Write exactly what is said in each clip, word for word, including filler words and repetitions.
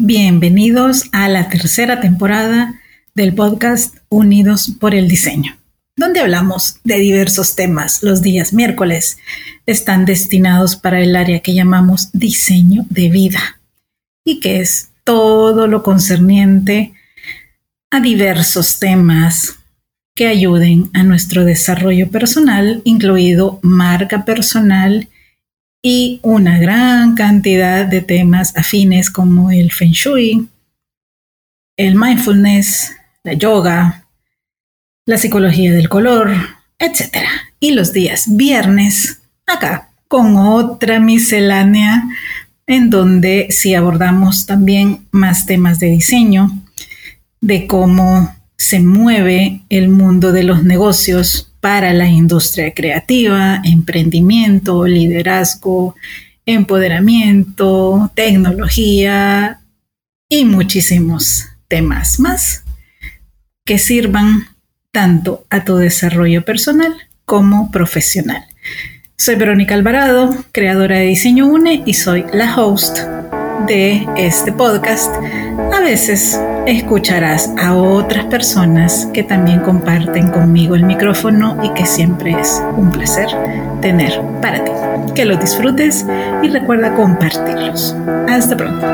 Bienvenidos a la tercera temporada del podcast Unidos por el Diseño, donde hablamos de diversos temas. Los días miércoles están destinados para el área que llamamos diseño de vida y que es todo lo concerniente a diversos temas que ayuden a nuestro desarrollo personal, incluido marca personal y una gran cantidad de temas afines como el Feng Shui, el mindfulness, la yoga, la psicología del color, etcétera. Y los días viernes, acá, con otra miscelánea en donde sí abordamos también más temas de diseño, de cómo se mueve el mundo de los negocios para la industria creativa, emprendimiento, liderazgo, empoderamiento, tecnología y muchísimos temas más que sirvan tanto a tu desarrollo personal como profesional. Soy Verónica Alvarado, creadora de Diseño Une, y soy la host de este podcast. A veces escucharás a otras personas que también comparten conmigo el micrófono y que siempre es un placer tener para ti. Que los disfrutes y recuerda compartirlos. Hasta pronto.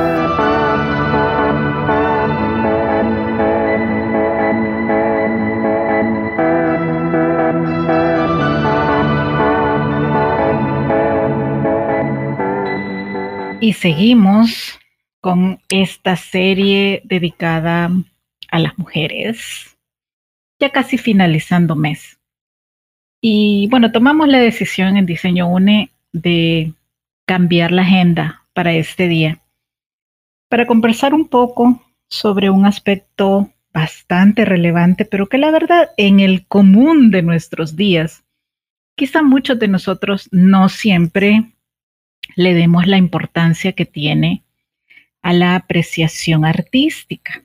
Y seguimos con esta serie dedicada a las mujeres, ya casi finalizando mes. Y bueno, tomamos la decisión en Diseño Une de cambiar la agenda para este día, para conversar un poco sobre un aspecto bastante relevante, pero que la verdad en el común de nuestros días, quizá muchos de nosotros no siempre le demos la importancia que tiene a la apreciación artística.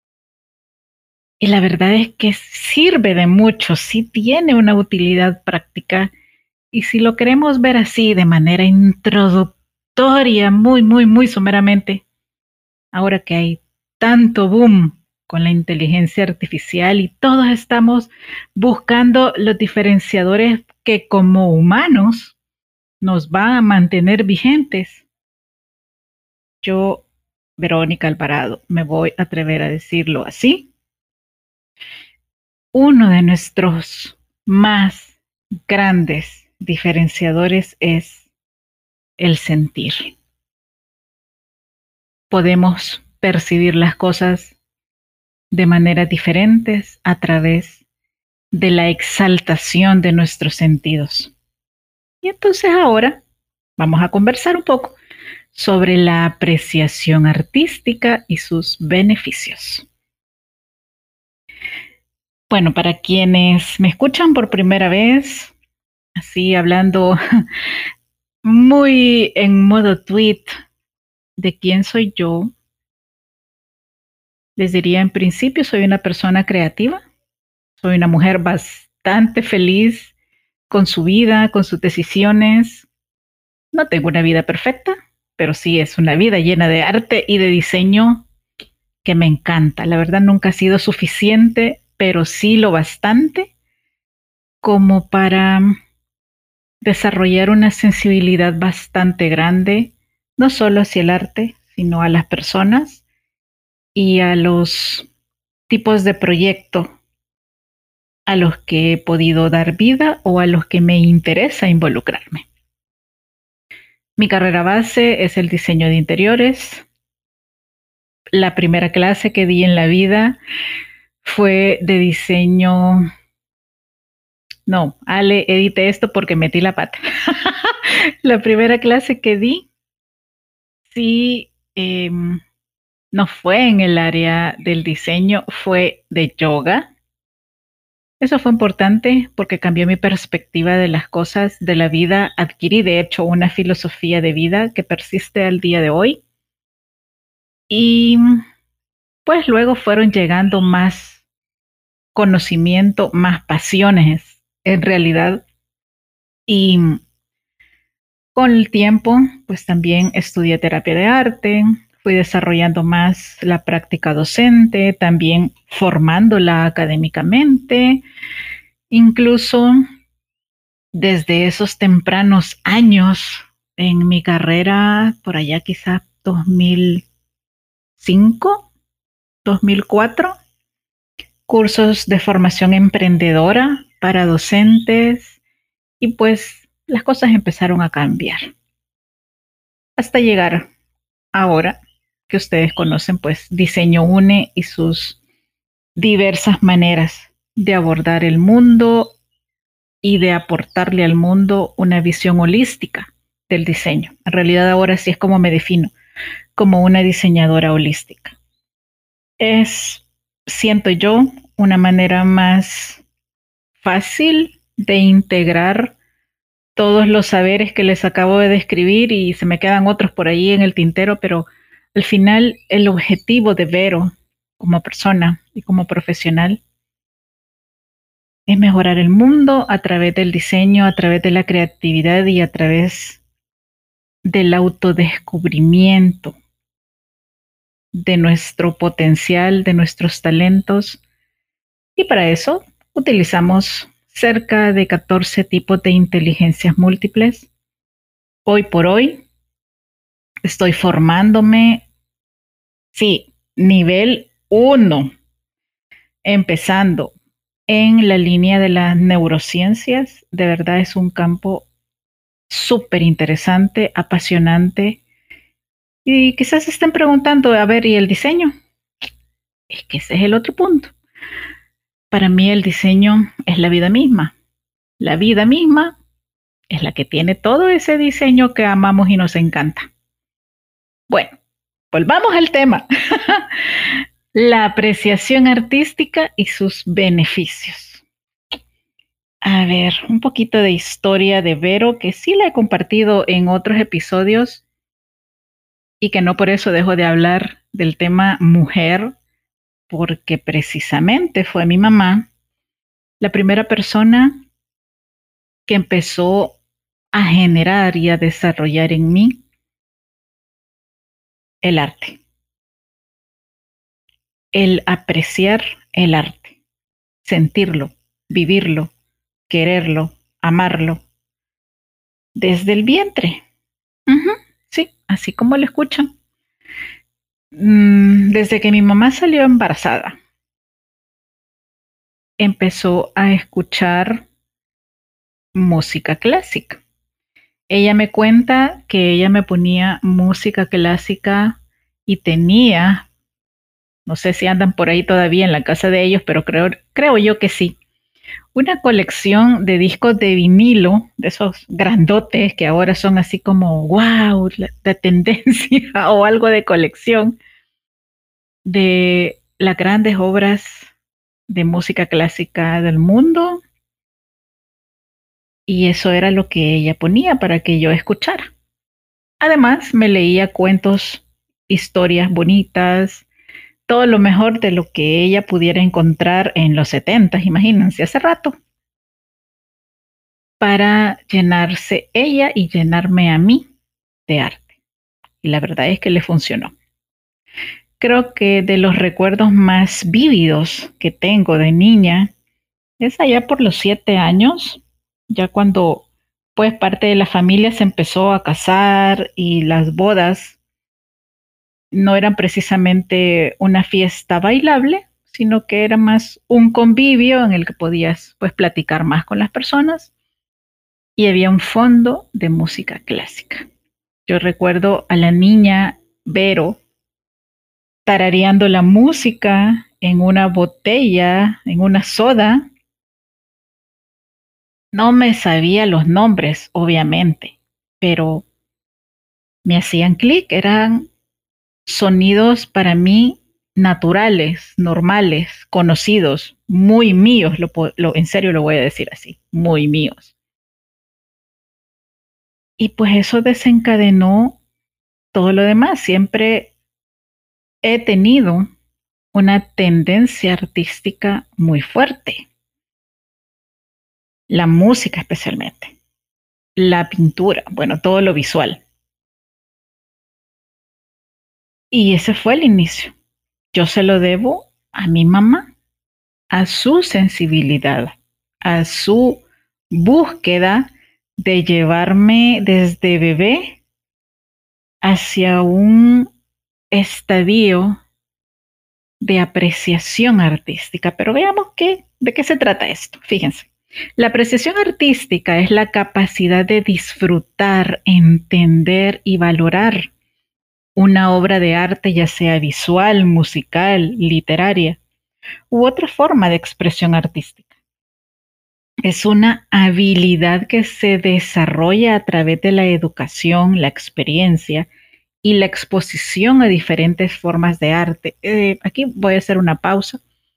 Y la verdad es que sirve de mucho, sí tiene una utilidad práctica, y si lo queremos ver así de manera introductoria, muy, muy, muy someramente, ahora que hay tanto boom con la inteligencia artificial y todos estamos buscando los diferenciadores que como humanos nos van a mantener vigentes, yo, Verónica Alvarado, me voy a atrever a decirlo así. Uno de nuestros más grandes diferenciadores es el sentir. Podemos percibir las cosas de maneras diferentes a través de la exaltación de nuestros sentidos. Y entonces ahora vamos a conversar un poco sobre la apreciación artística y sus beneficios. Bueno, para quienes me escuchan por primera vez, así hablando muy en modo tweet de quién soy yo, les diría en principio soy una persona creativa, soy una mujer bastante feliz con su vida, con sus decisiones. No tengo una vida perfecta, pero sí es una vida llena de arte y de diseño que me encanta. La verdad nunca ha sido suficiente, pero sí lo bastante como para desarrollar una sensibilidad bastante grande, no solo hacia el arte, sino a las personas y a los tipos de proyecto a los que he podido dar vida o a los que me interesa involucrarme. Mi carrera base es el diseño de interiores. La primera clase que di en la vida fue de diseño. No, Ale, edite esto porque metí la pata. La primera clase que di, sí, eh, no fue en el área del diseño, fue de yoga. Eso fue importante porque cambió mi perspectiva de las cosas, de la vida. Adquirí, de hecho, una filosofía de vida que persiste al día de hoy. Y pues luego fueron llegando más conocimiento, más pasiones en realidad. Y con el tiempo, pues también estudié terapia de arte, fui desarrollando más la práctica docente, también formándola académicamente, incluso desde esos tempranos años en mi carrera, por allá quizás dos mil cinco, dos mil cuatro, cursos de formación emprendedora para docentes y pues las cosas empezaron a cambiar hasta llegar ahora que ustedes conocen pues Diseño Une y sus diversas maneras de abordar el mundo y de aportarle al mundo una visión holística del diseño. En realidad ahora sí es como me defino, como una diseñadora holística. Es, siento yo, una manera más fácil de integrar todos los saberes que les acabo de describir y se me quedan otros por ahí en el tintero, pero al final el objetivo de Vero como persona y como profesional es mejorar el mundo a través del diseño, a través de la creatividad y a través del autodescubrimiento de nuestro potencial, de nuestros talentos. Y para eso utilizamos cerca de catorce tipos de inteligencias múltiples. Hoy por hoy estoy formándome, sí, nivel uno, empezando en la línea de las neurociencias. De verdad es un campo súper interesante, apasionante. Y quizás se estén preguntando, a ver, ¿y el diseño? Es que ese es el otro punto. Para mí el diseño es la vida misma. La vida misma es la que tiene todo ese diseño que amamos y nos encanta. Bueno, volvamos al tema. La apreciación artística y sus beneficios. A ver, un poquito de historia de Vero, que sí la he compartido en otros episodios y que no por eso dejo de hablar del tema mujer, porque precisamente fue mi mamá la primera persona que empezó a generar y a desarrollar en mí el arte, el apreciar el arte, sentirlo, vivirlo, quererlo, amarlo, desde el vientre. Uh-huh, sí, así como lo escuchan. Mm, desde que mi mamá salió embarazada, empezó a escuchar música clásica. Ella me cuenta que ella me ponía música clásica y tenía, no sé si andan por ahí todavía en la casa de ellos, pero creo, creo yo que sí, una colección de discos de vinilo, de esos grandotes que ahora son así como, wow, la, la tendencia o algo de colección de las grandes obras de música clásica del mundo. Y eso era lo que ella ponía para que yo escuchara. Además, me leía cuentos, historias bonitas, todo lo mejor de lo que ella pudiera encontrar en los setentas, imagínense, hace rato, para llenarse ella y llenarme a mí de arte. Y la verdad es que le funcionó. Creo que de los recuerdos más vívidos que tengo de niña es allá por los siete años, ya cuando pues parte de la familia se empezó a casar y las bodas no eran precisamente una fiesta bailable, sino que era más un convivio en el que podías pues platicar más con las personas y había un fondo de música clásica. Yo recuerdo a la niña Vero tarareando la música en una botella, en una soda. No me sabía los nombres, obviamente, pero me hacían clic, eran sonidos para mí naturales, normales, conocidos, muy míos, lo, lo, en serio lo voy a decir así, muy míos. Y pues eso desencadenó todo lo demás. Siempre he tenido una tendencia artística muy fuerte. La música especialmente. La pintura, bueno, todo lo visual. Y ese fue el inicio. Yo se lo debo a mi mamá, a su sensibilidad, a su búsqueda de llevarme desde bebé hacia un estadio de apreciación artística. Pero veamos qué, de qué se trata esto. Fíjense, la apreciación artística es la capacidad de disfrutar, entender y valorar una obra de arte, ya sea visual, musical, literaria u otra forma de expresión artística. Es una habilidad que se desarrolla a través de la educación, la experiencia y la exposición a diferentes formas de arte. Eh, aquí voy a hacer una pausa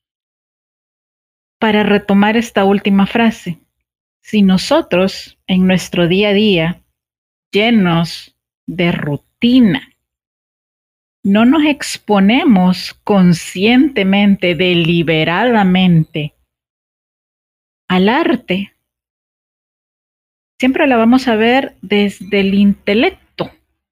para retomar esta última frase. Si nosotros en nuestro día a día, llenos de rutina, no nos exponemos conscientemente, deliberadamente al arte, siempre la vamos a ver desde el intelecto.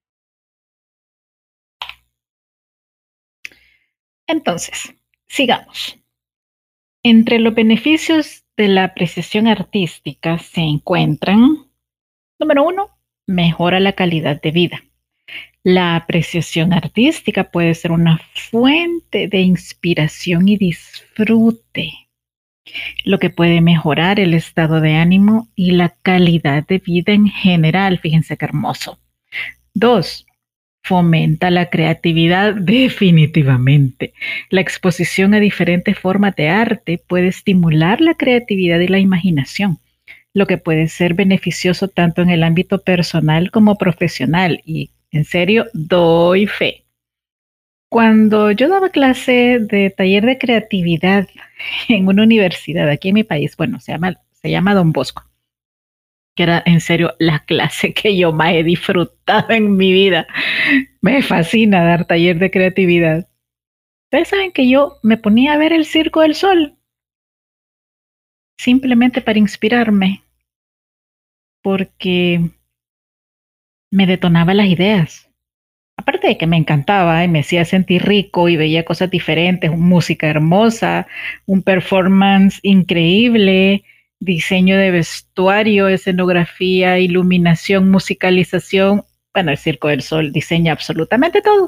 Entonces, sigamos. Entre los beneficios de la apreciación artística se encuentran, número uno, mejora la calidad de vida. La apreciación artística puede ser una fuente de inspiración y disfrute, lo que puede mejorar el estado de ánimo y la calidad de vida en general. Fíjense qué hermoso. Dos, fomenta la creatividad definitivamente. La exposición a diferentes formas de arte puede estimular la creatividad y la imaginación, lo que puede ser beneficioso tanto en el ámbito personal como profesional. Y en serio, doy fe. Cuando yo daba clase de taller de creatividad en una universidad aquí en mi país, bueno, se llama, se llama Don Bosco, que era en serio la clase que yo más he disfrutado en mi vida. Me fascina dar taller de creatividad. Ustedes saben que yo me ponía a ver el Circo del Sol simplemente para inspirarme, porque me detonaba las ideas. Aparte de que me encantaba y me hacía sentir rico y veía cosas diferentes, música hermosa, un performance increíble, diseño de vestuario, escenografía, iluminación, musicalización. Bueno, el Circo del Sol diseña absolutamente todo.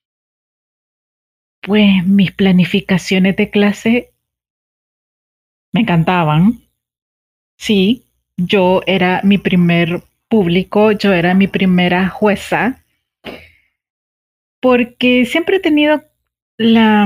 Pues mis planificaciones de clase me encantaban. Sí, yo era mi primer público, yo era mi primera jueza, porque siempre he tenido la,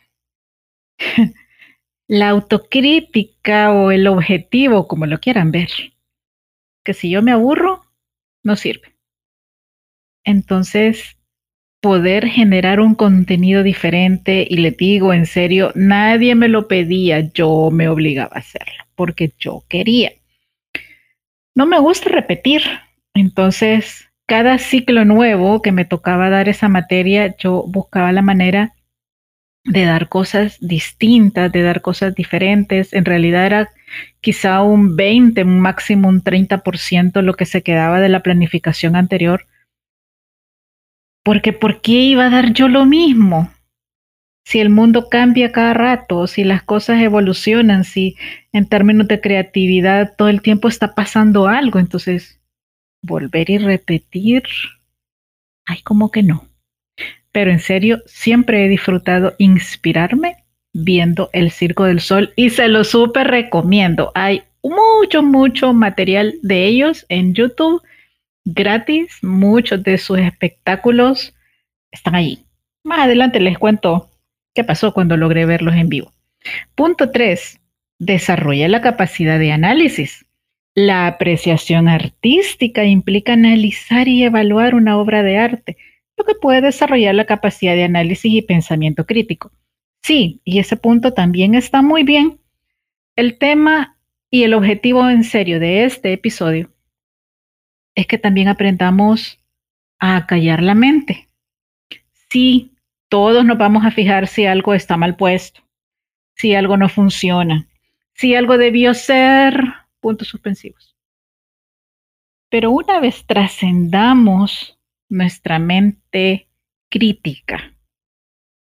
la autocrítica o el objetivo, como lo quieran ver, que si yo me aburro, no sirve. Entonces, poder generar un contenido diferente, y les digo en serio, nadie me lo pedía, yo me obligaba a hacerlo, porque yo quería. No me gusta repetir, entonces cada ciclo nuevo que me tocaba dar esa materia, yo buscaba la manera de dar cosas distintas, de dar cosas diferentes. En realidad era quizá un veinte, un máximo un treinta por ciento lo que se quedaba de la planificación anterior. Porque ¿por qué iba a dar yo lo mismo? Si el mundo cambia cada rato, si las cosas evolucionan, si en términos de creatividad todo el tiempo está pasando algo, entonces volver y repetir, ay, como que no. Pero en serio, siempre he disfrutado inspirarme viendo el Circo del Sol y se lo súper recomiendo. Hay mucho, mucho material de ellos en YouTube gratis. Muchos de sus espectáculos están allí. Más adelante les cuento qué pasó cuando logré verlos en vivo. Punto tres. Desarrolla la capacidad de análisis. La apreciación artística implica analizar y evaluar una obra de arte, lo que puede desarrollar la capacidad de análisis y pensamiento crítico. Sí, y ese punto también está muy bien. El tema y el objetivo en serio de este episodio es que también aprendamos a callar la mente. Sí, todos nos vamos a fijar si algo está mal puesto, si algo no funciona, si algo debió ser, puntos suspensivos. Pero una vez trascendamos nuestra mente crítica,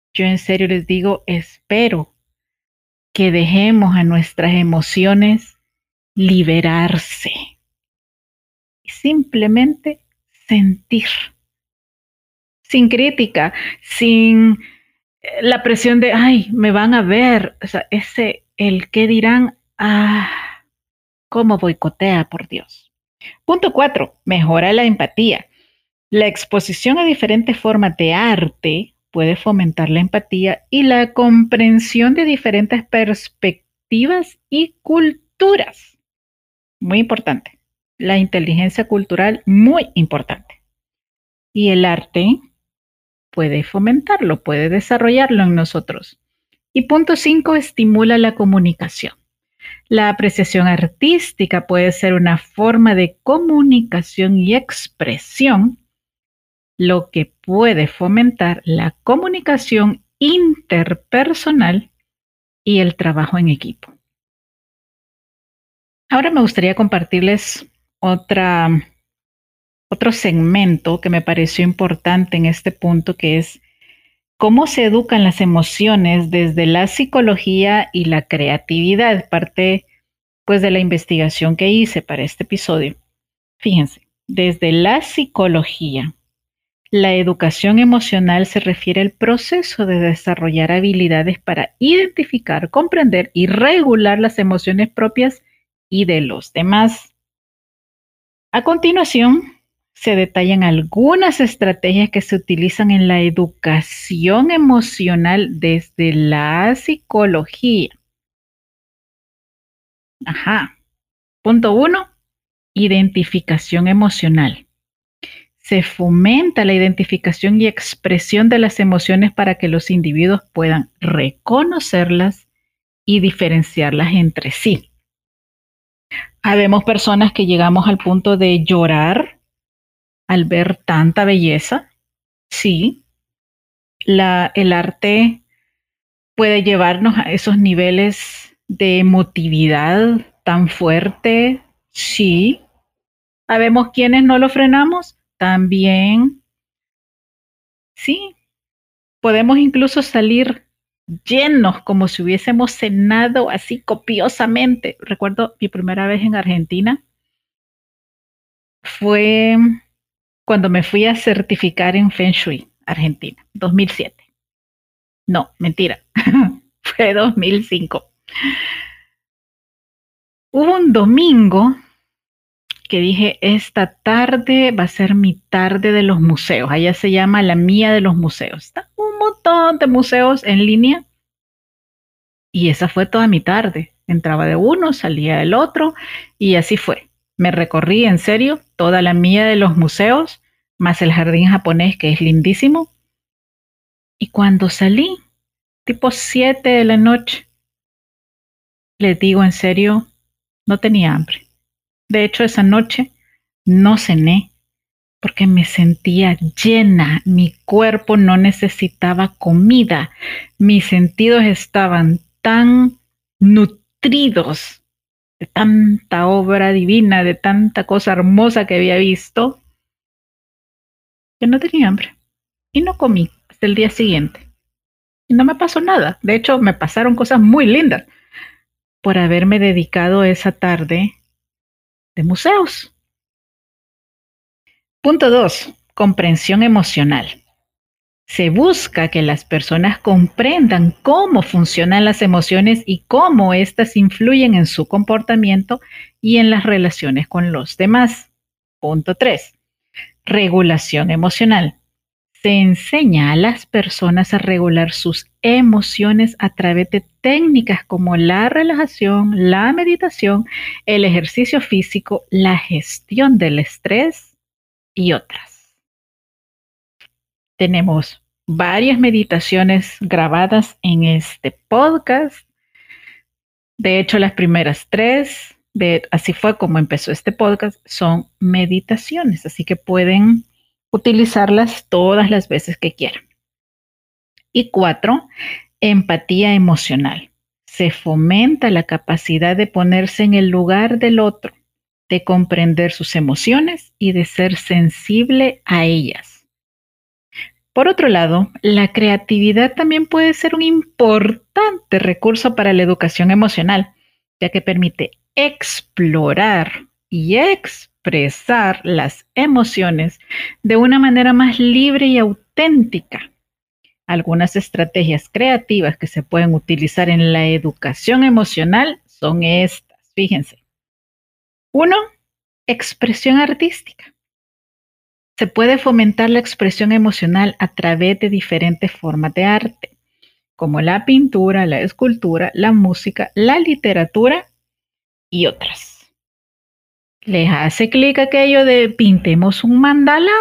Yo en serio les digo, espero que dejemos a nuestras emociones liberarse y simplemente sentir, sin crítica, sin la presión de, ay, me van a ver, o sea, ese, el que dirán, ah, cómo boicotea, por Dios. Punto cuatro, mejora la empatía. La exposición a diferentes formas de arte puede fomentar la empatía y la comprensión de diferentes perspectivas y culturas. Muy importante. La inteligencia cultural, muy importante. Y el arte puede fomentarlo, puede desarrollarlo en nosotros. Y punto cinco, estimula la comunicación. La apreciación artística puede ser una forma de comunicación y expresión, lo que puede fomentar la comunicación interpersonal y el trabajo en equipo. Ahora me gustaría compartirles otra, otro segmento que me pareció importante en este punto, que es cómo se educan las emociones desde la psicología y la creatividad, parte pues de la investigación que hice para este episodio. Fíjense, desde la psicología, la educación emocional se refiere al proceso de desarrollar habilidades para identificar, comprender y regular las emociones propias y de los demás. A continuación, se detallan algunas estrategias que se utilizan en la educación emocional desde la psicología. Ajá. Punto uno, identificación emocional. Se fomenta la identificación y expresión de las emociones para que los individuos puedan reconocerlas y diferenciarlas entre sí. Habemos personas que llegamos al punto de llorar al ver tanta belleza. Sí, la, el arte puede llevarnos a esos niveles de emotividad tan fuerte. Sí. Habemos quienes no lo frenamos. También. Sí. Podemos incluso salir llenos como si hubiésemos cenado así copiosamente. Recuerdo mi primera vez en Argentina. Fue cuando me fui a certificar en Feng Shui, Argentina, dos mil siete. No, mentira. Fue dos mil cinco. Hubo un domingo que dije, esta tarde va a ser mi tarde de los museos. Allá se llama la mía de los museos. Está un montón de museos en línea. Y esa fue toda mi tarde. Entraba de uno, salía del otro y así fue. Me recorrí en serio toda la mía de los museos, más el jardín japonés que es lindísimo. Y cuando salí, tipo siete de la noche, les digo en serio, no tenía hambre. De hecho, esa noche no cené porque me sentía llena. Mi cuerpo no necesitaba comida. Mis sentidos estaban tan nutridos de tanta obra divina, de tanta cosa hermosa que había visto, que no tenía hambre. Y no comí hasta el día siguiente. Y no me pasó nada. De hecho, me pasaron cosas muy lindas por haberme dedicado esa tarde de museos. Punto dos. Comprensión emocional. Se busca que las personas comprendan cómo funcionan las emociones y cómo éstas influyen en su comportamiento y en las relaciones con los demás. Punto tres. Regulación emocional. Se enseña a las personas a regular sus emociones a través de técnicas como la relajación, la meditación, el ejercicio físico, la gestión del estrés y otras. Tenemos varias meditaciones grabadas en este podcast. De hecho, las primeras tres, de, así fue como empezó este podcast, son meditaciones, así que pueden utilizarlas todas las veces que quieran. Y cuatro, empatía emocional. Se fomenta la capacidad de ponerse en el lugar del otro, de comprender sus emociones y de ser sensible a ellas. Por otro lado, la creatividad también puede ser un importante recurso para la educación emocional, ya que permite explorar y expresar las emociones de una manera más libre y auténtica. Algunas estrategias creativas que se pueden utilizar en la educación emocional son estas. Fíjense. Uno, expresión artística. Se puede fomentar la expresión emocional a través de diferentes formas de arte, como la pintura, la escultura, la música, la literatura y otras. ¿Les hace clic aquello de pintemos un mandala?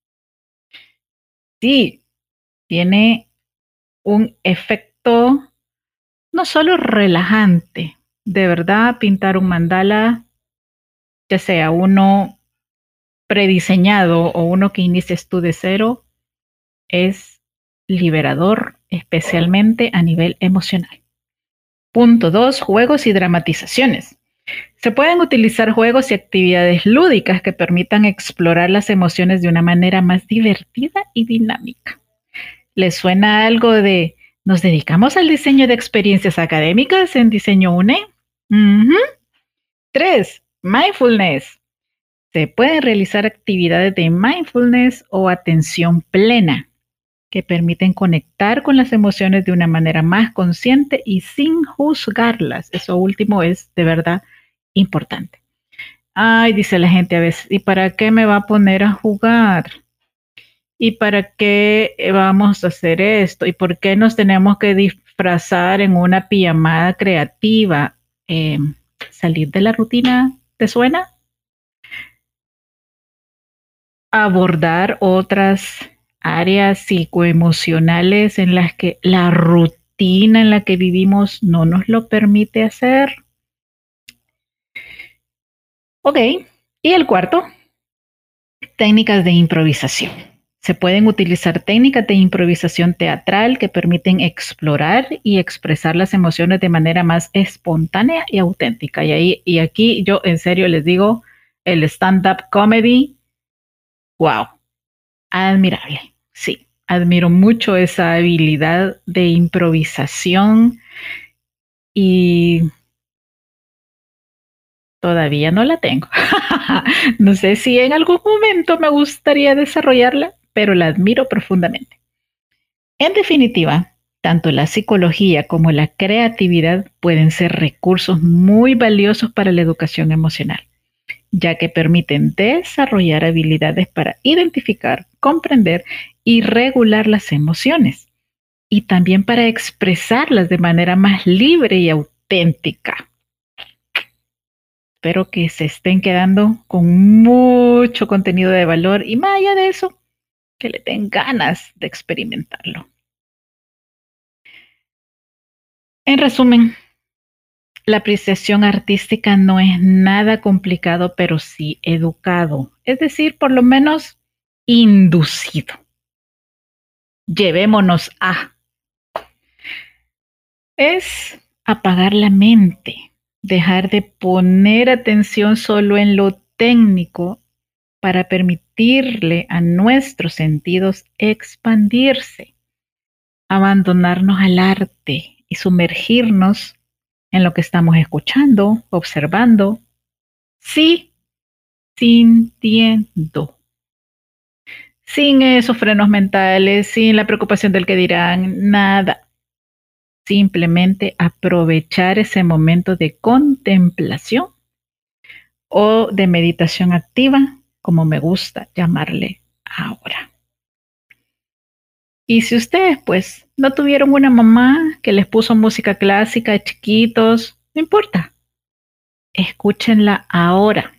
Sí, tiene un efecto no solo relajante, de verdad pintar un mandala, ya sea uno prediseñado o uno que inicies tú de cero, es liberador, especialmente a nivel emocional. Punto dos, juegos y dramatizaciones. Se pueden utilizar juegos y actividades lúdicas que permitan explorar las emociones de una manera más divertida y dinámica. ¿Les suena algo de nos dedicamos al diseño de experiencias académicas en Diseño U N E? Uh-huh. Tres, mindfulness. Se pueden realizar actividades de mindfulness o atención plena que permiten conectar con las emociones de una manera más consciente y sin juzgarlas. Eso último es de verdad importante. Ay, dice la gente a veces, ¿y para qué me va a poner a jugar? ¿Y para qué vamos a hacer esto? ¿Y por qué nos tenemos que disfrazar en una pijamada creativa? Eh, ¿Salir de la rutina te suena? Abordar otras áreas psicoemocionales en las que la rutina en la que vivimos no nos lo permite hacer. Ok, y el cuarto, técnicas de improvisación. Se pueden utilizar técnicas de improvisación teatral que permiten explorar y expresar las emociones de manera más espontánea y auténtica. Y, ahí, y aquí yo en serio les digo, el stand-up comedy, wow, admirable. Sí, admiro mucho esa habilidad de improvisación y todavía no la tengo. No sé si en algún momento me gustaría desarrollarla, pero la admiro profundamente. En definitiva, tanto la psicología como la creatividad pueden ser recursos muy valiosos para la educación emocional, ya que permiten desarrollar habilidades para identificar, comprender y regular las emociones, y también para expresarlas de manera más libre y auténtica. Espero que se estén quedando con mucho contenido de valor y más allá de eso, que le den ganas de experimentarlo. En resumen, la apreciación artística no es nada complicado, pero sí educado, es decir, por lo menos inducido. Llevémonos a. Es apagar la mente, dejar de poner atención solo en lo técnico para permitirle a nuestros sentidos expandirse, abandonarnos al arte y sumergirnos en lo que estamos escuchando, observando, sí, sintiendo, sin esos frenos mentales, sin la preocupación del que dirán, nada. Simplemente aprovechar ese momento de contemplación o de meditación activa, como me gusta llamarle ahora. Y si ustedes pues no tuvieron una mamá que les puso música clásica de chiquitos, no importa, escúchenla ahora.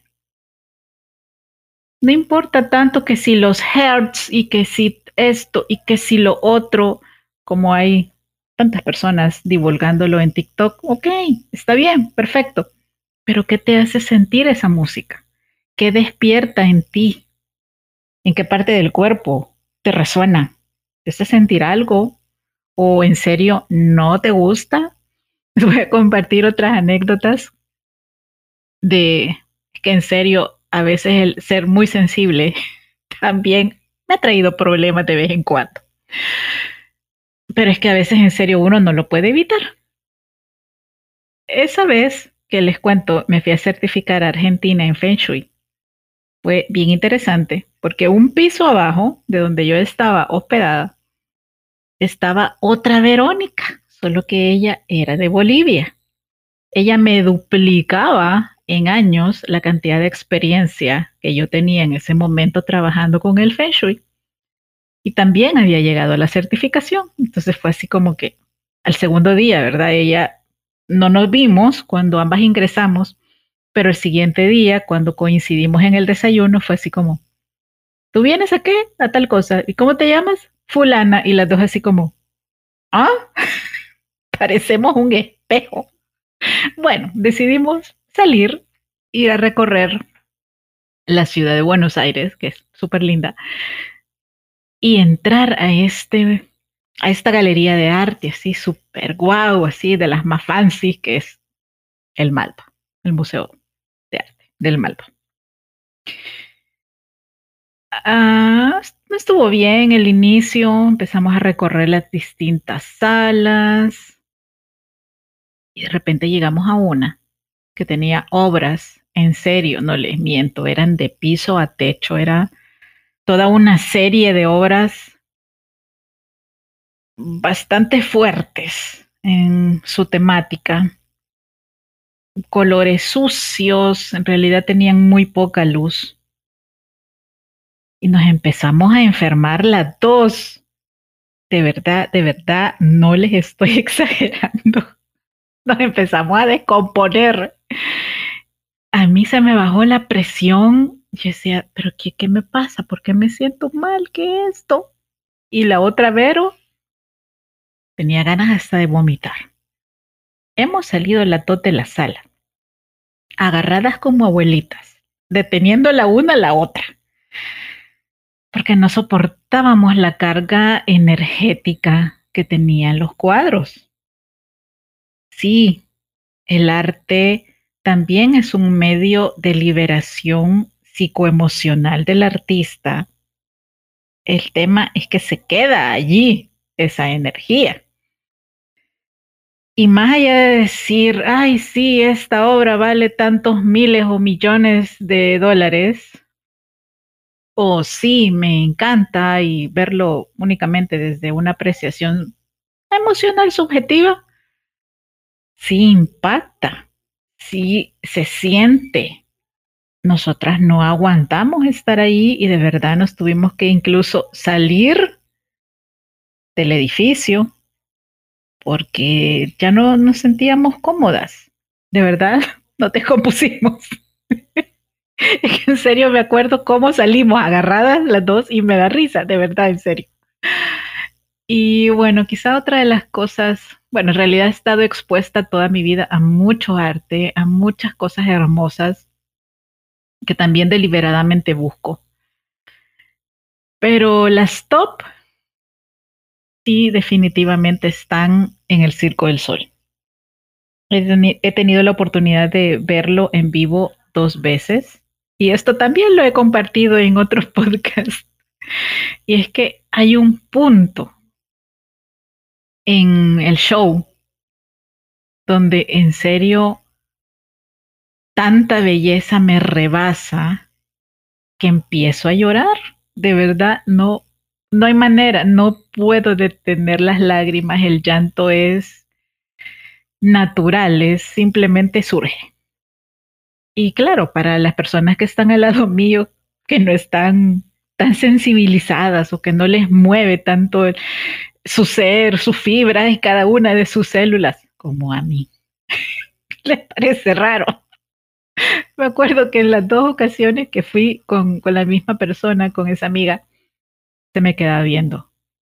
No importa tanto que si los hertz y que si esto y que si lo otro, como hay tantas personas divulgándolo en TikTok, ok, está bien, perfecto. Pero ¿qué te hace sentir esa música? ¿Qué despierta en ti? ¿En qué parte del cuerpo te resuena? ¿Te hace sentir algo? ¿O en serio no te gusta? Voy a compartir otras anécdotas de que en serio a veces el ser muy sensible también me ha traído problemas de vez en cuando. Pero es que a veces en serio uno no lo puede evitar. Esa vez que les cuento, me fui a certificar a Argentina en Feng Shui. Fue bien interesante porque un piso abajo de donde yo estaba hospedada estaba otra Verónica, solo que ella era de Bolivia. Ella me duplicaba en años la cantidad de experiencia que yo tenía en ese momento trabajando con el Feng Shui. Y también había llegado a la certificación. Entonces fue así como que al segundo día, ¿verdad? Ella no nos vimos cuando ambas ingresamos, pero el siguiente día, cuando coincidimos en el desayuno, fue así como, ¿tú vienes a qué? A tal cosa. ¿Y cómo te llamas? Fulana. Y las dos así como, ah, parecemos un espejo. Bueno, decidimos salir, ir a recorrer la ciudad de Buenos Aires, que es súper linda, y entrar a este, a esta galería de arte, así súper guau, así de las más fancy, que es el Malva, el Museo de Arte del Malva. Ah, estuvo bien el inicio, empezamos a recorrer las distintas salas y de repente llegamos a una que tenía obras, en serio, no les miento, eran de piso a techo, era toda una serie de obras bastante fuertes en su temática, colores sucios, en realidad tenían muy poca luz. Y nos empezamos a enfermar las dos. De verdad, de verdad, no les estoy exagerando. Nos empezamos a descomponer. A mí se me bajó la presión. Yo decía, ¿pero qué, qué me pasa? ¿Por qué me siento mal? ¿Qué es esto? Y la otra Vero tenía ganas hasta de vomitar. Hemos salido las dos de la sala, agarradas como abuelitas, deteniendo la una a la otra, porque no soportábamos la carga energética que tenían los cuadros. Sí, el arte también es un medio de liberación psicoemocional del artista. El tema es que se queda allí esa energía. Y más allá de decir, ay, sí, esta obra vale tantos miles o millones de dólares, o sí, me encanta y verlo únicamente desde una apreciación emocional subjetiva, sí impacta, sí se siente. Nosotras no aguantamos estar ahí y de verdad nos tuvimos que incluso salir del edificio porque ya no nos sentíamos cómodas. De verdad, no te compusimos. Es que en serio me acuerdo cómo salimos agarradas las dos y me da risa, de verdad, en serio. Y bueno, quizá otra de las cosas, bueno, en realidad he estado expuesta toda mi vida a mucho arte, a muchas cosas hermosas que también deliberadamente busco. Pero las top sí definitivamente están en el Circo del Sol. He, teni- he tenido la oportunidad de verlo en vivo dos veces y esto también lo he compartido en otros podcasts. Y es que hay un punto en el show donde en serio tanta belleza me rebasa que empiezo a llorar. De verdad, no, no hay manera, no puedo detener las lágrimas, el llanto es natural, es simplemente surge. Y claro, para las personas que están al lado mío, que no están tan sensibilizadas o que no les mueve tanto el- su ser, su fibra y cada una de sus células, como a mí, les parece raro. Me acuerdo que en las dos ocasiones que fui con, con la misma persona, con esa amiga, se me quedaba viendo.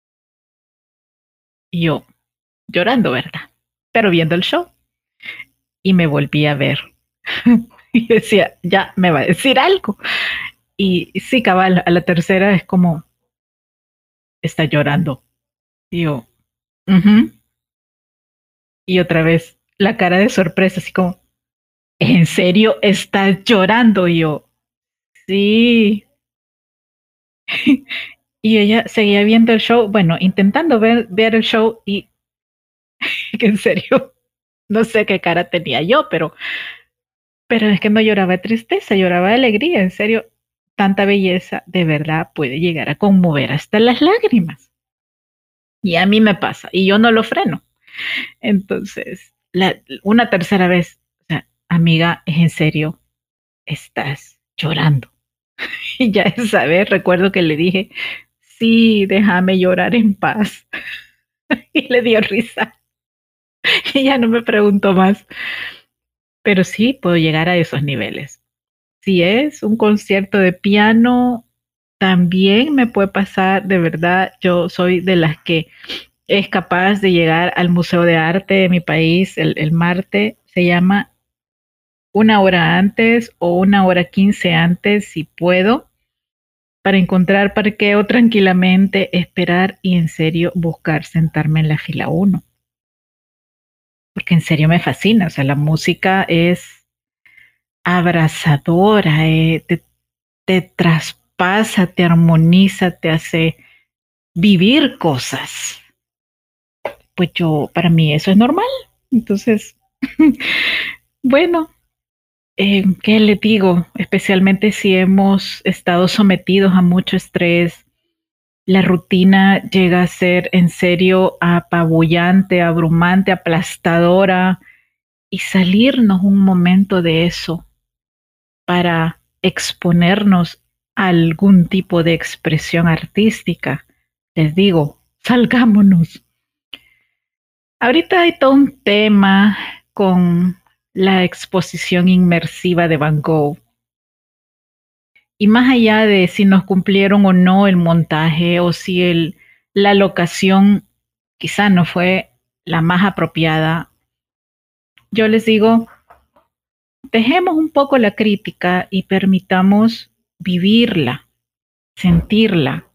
Y yo llorando, ¿verdad? Pero viendo el show. Y me volví a ver. Y decía, ya me va a decir algo. Y sí, cabal, a la tercera es como, está llorando. Y yo, ujú. Y otra vez la cara de sorpresa, así como, ¿en serio estás llorando? Y yo, sí. Y ella seguía viendo el show, bueno, intentando ver, ver el show y que en serio, no sé qué cara tenía yo, pero, pero es que no lloraba de tristeza, lloraba de alegría, en serio, tanta belleza de verdad puede llegar a conmover hasta las lágrimas. Y a mí me pasa, y yo no lo freno. Entonces, la, una tercera vez, o sea, amiga, es en serio, estás llorando. Y ya esa vez recuerdo que le dije, sí, déjame llorar en paz. Y le dio risa. Y ya no me preguntó más. Pero sí puedo llegar a esos niveles. Si es un concierto de piano, también me puede pasar, de verdad, yo soy de las que es capaz de llegar al Museo de Arte de mi país, el, el Marte, se llama una hora antes o una hora quince antes, si puedo, para encontrar parqueo tranquilamente, esperar y en serio buscar sentarme en la fila uno. Porque en serio me fascina, o sea, la música es abrazadora, eh, te, te traspasa, te armoniza, te hace vivir cosas. Pues yo, para mí eso es normal. Entonces, bueno, eh, ¿qué le digo? Especialmente si hemos estado sometidos a mucho estrés, la rutina llega a ser en serio apabullante, abrumante, aplastadora, y salirnos un momento de eso para exponernos a algún tipo de expresión artística. Les digo, salgámonos. Ahorita hay todo un tema con la exposición inmersiva de Van Gogh. Y más allá de si nos cumplieron o no el montaje o si el, la locación quizá no fue la más apropiada, yo les digo, dejemos un poco la crítica y permitamos vivirla, sentirla.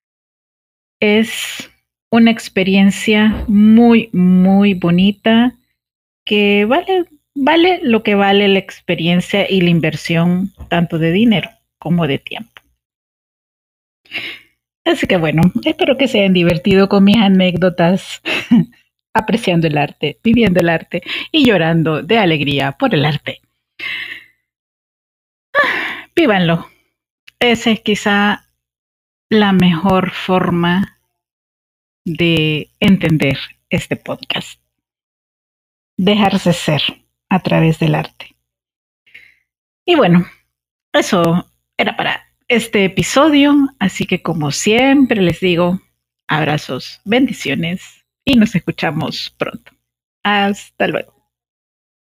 Es una experiencia muy, muy bonita que vale, vale lo que vale la experiencia y la inversión tanto de dinero como de tiempo. Así que bueno, espero que se hayan divertido con mis anécdotas, apreciando el arte, viviendo el arte y llorando de alegría por el arte. Vívanlo. Esa es quizá la mejor forma de entender este podcast. Dejarse ser a través del arte. Y bueno, eso era para este episodio, así que como siempre les digo, abrazos, bendiciones y nos escuchamos pronto. Hasta luego.